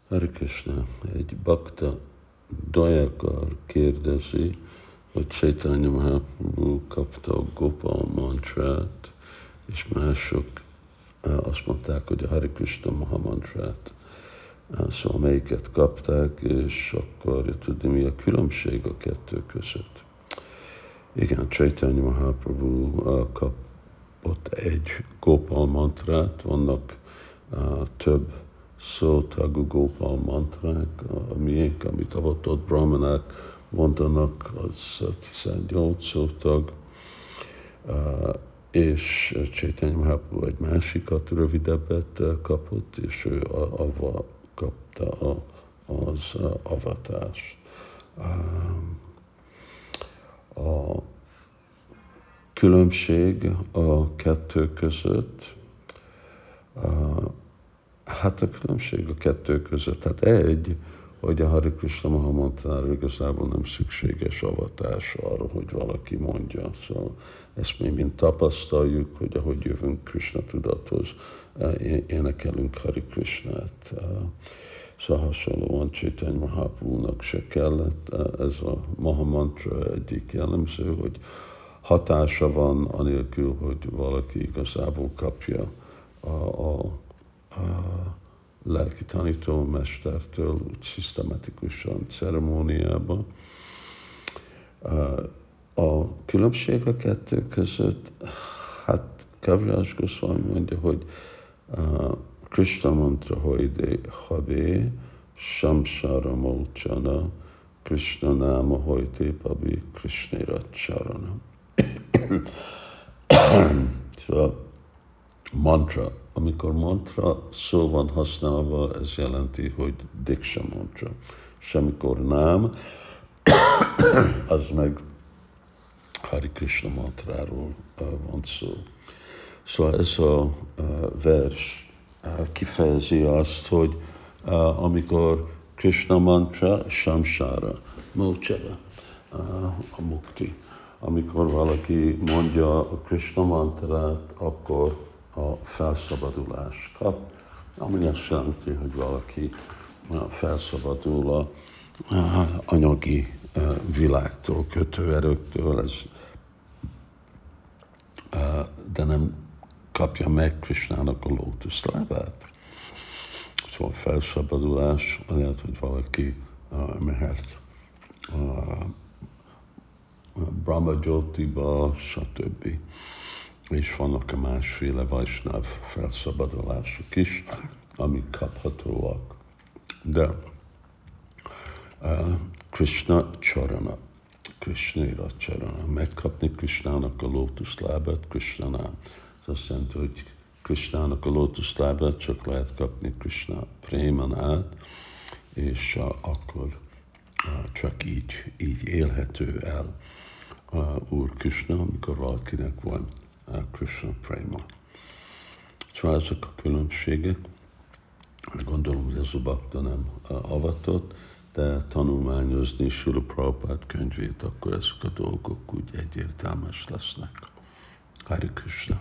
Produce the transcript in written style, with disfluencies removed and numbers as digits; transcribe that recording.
Hare Krishna, egy bakta Dayakar kérdezi, hogy Chaitanya Mahaprabhu kapta a Gopal mantrát, és mások azt mondták, hogy a Hare Krishna Maha mantrát. Szóval melyiket kapták, és akarja tudni, mi a különbség a kettő között. Igen, Chaitanya Mahaprabhu kapott egy Gopal mantrát, vannak több szótagú Gopal mantrák, a miénk, amit avatott brahmanák mondanak, az 18 szótag, és Chaitanya Mahaprabhu egy másikat, rövidebbet kapott, és ő avval kapta az avatást. A különbség a kettő között, hát a különbség a kettő között, hát egy, hogy a Hare Krishna Maha mantrára igazából nem szükséges avatás arra, hogy valaki mondja. Szóval ezt mi mind tapasztaljuk, hogy ahogy jövünk Krishna tudathoz, énekelünk Hare Krishnát. Szóval hasonlóan Chaitanya Mahaprabhunak se kellett. Ez a Maha mantra egyik jellemző, hogy hatása van anélkül, hogy valaki igazából kapja a lelki tanító mestertől úgy szisztematikusan ceremóniában. A különbség a kettő között, hát Kaviraj Goswami mondja, hogy Krishna mantra hoide habe samsara mochana Krishna náma hoite pabi Krishnera charana. Szóval mantra. Amikor mantra szó van használva, ez jelenti, hogy diksha mantra. És amikor nem, az meg Hare Krishna mantráról van szó. Szóval ez a vers kifejezi azt, hogy amikor Krishna mantra, samsara, mochana, a mukti. Amikor valaki mondja a Krishna mantrát, akkor a felszabadulás kap, ami azt jelenti, hogy valaki felszabadul a anyagi világtól, kötőerőktől, de nem kapja meg Krishnának a lótuszlábát. Szóval felszabadulás, lehet, hogy valaki mehet Brahma Jyotiba, stb. És vannak a másféle Vaisnav felszabadulások is, amik kaphatóak. De Krishna Charana, Krishna Charana, megkapni Krishnának a lótuszlábát, Krishnánál. Ez azt jelenti, hogy Krishnának a lótuszlábát csak lehet kapni Krishna prémán, és akkor csak így élhető el Úr Krishna, amikor valakinek van Krishna préma. Szóval ezek a különbségek, gondolom, hogy ez a bakta nem avatott, de tanulmányozni Srila Prabhupád könyvét, akkor ezek a dolgok úgy egyértelműs lesznek. Hare Krishna.